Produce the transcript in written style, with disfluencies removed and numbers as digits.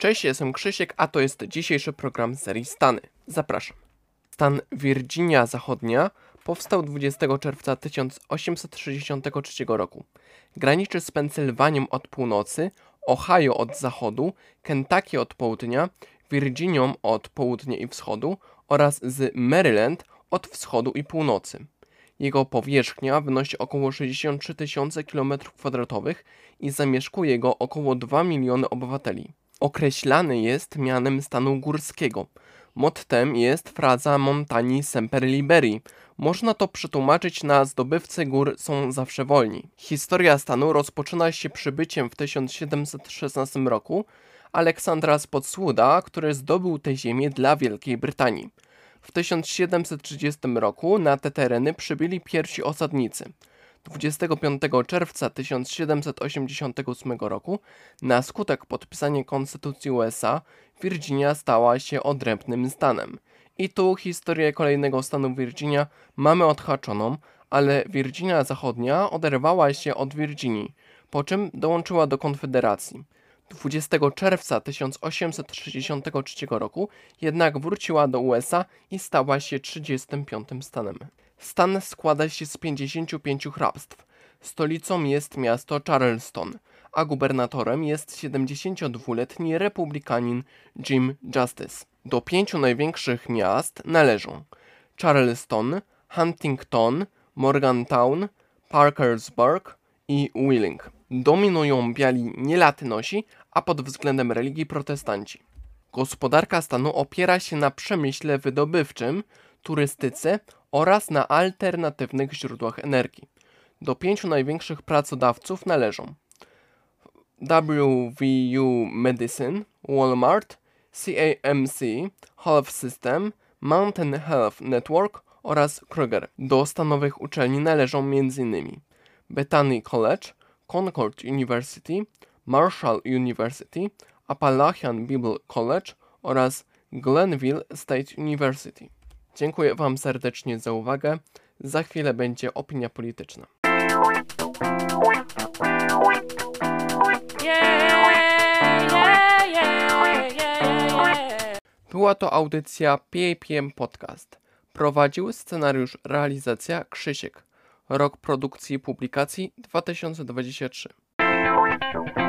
Cześć, jestem Krzysiek, a to jest dzisiejszy program serii Stany. Zapraszam. Stan Virginia Zachodnia powstał 20 czerwca 1863 roku. Graniczy z Pensylwanią od północy, Ohio od zachodu, Kentucky od południa, Virginią od południa i wschodu oraz z Maryland od wschodu i północy. Jego powierzchnia wynosi około 63 tysiące km² i zamieszkuje go około 2 miliony obywateli. Określany jest mianem stanu górskiego. Mottem jest fraza Montani semper liberi. Można to przetłumaczyć na zdobywcy gór są zawsze wolni. Historia stanu rozpoczyna się przybyciem w 1716 roku Aleksandra z Podsłuda, który zdobył tę ziemię dla Wielkiej Brytanii. W 1730 roku na te tereny przybyli pierwsi osadnicy. 25 czerwca 1788 roku na skutek podpisania Konstytucji USA Virginia stała się odrębnym stanem. I tu historię kolejnego stanu Virginia mamy odhaczoną, ale Virginia Zachodnia oderwała się od Virginii, po czym dołączyła do Konfederacji. 20 czerwca 1863 roku jednak wróciła do USA i stała się 35. stanem. Stan składa się z 55 hrabstw. Stolicą jest miasto Charleston, a gubernatorem jest 72-letni republikanin Jim Justice. Do 5 największych miast należą Charleston, Huntington, Morgantown, Parkersburg i Wheeling. Dominują biali nielatynosi, a pod względem religii protestanci. Gospodarka stanu opiera się na przemyśle wydobywczym, turystyce oraz na alternatywnych źródłach energii. Do 5 największych pracodawców należą WVU Medicine, Walmart, CAMC, Health System, Mountain Health Network oraz Kroger. Do stanowych uczelni należą m.in. Bethany College, Concord University, Marshall University, Appalachian Bible College oraz Glenville State University. Dziękuję Wam serdecznie za uwagę. Za chwilę będzie opinia polityczna. Była to audycja PAPM Podcast. Prowadził scenariusz realizacja Krzysiek. Rok produkcji i publikacji 2023.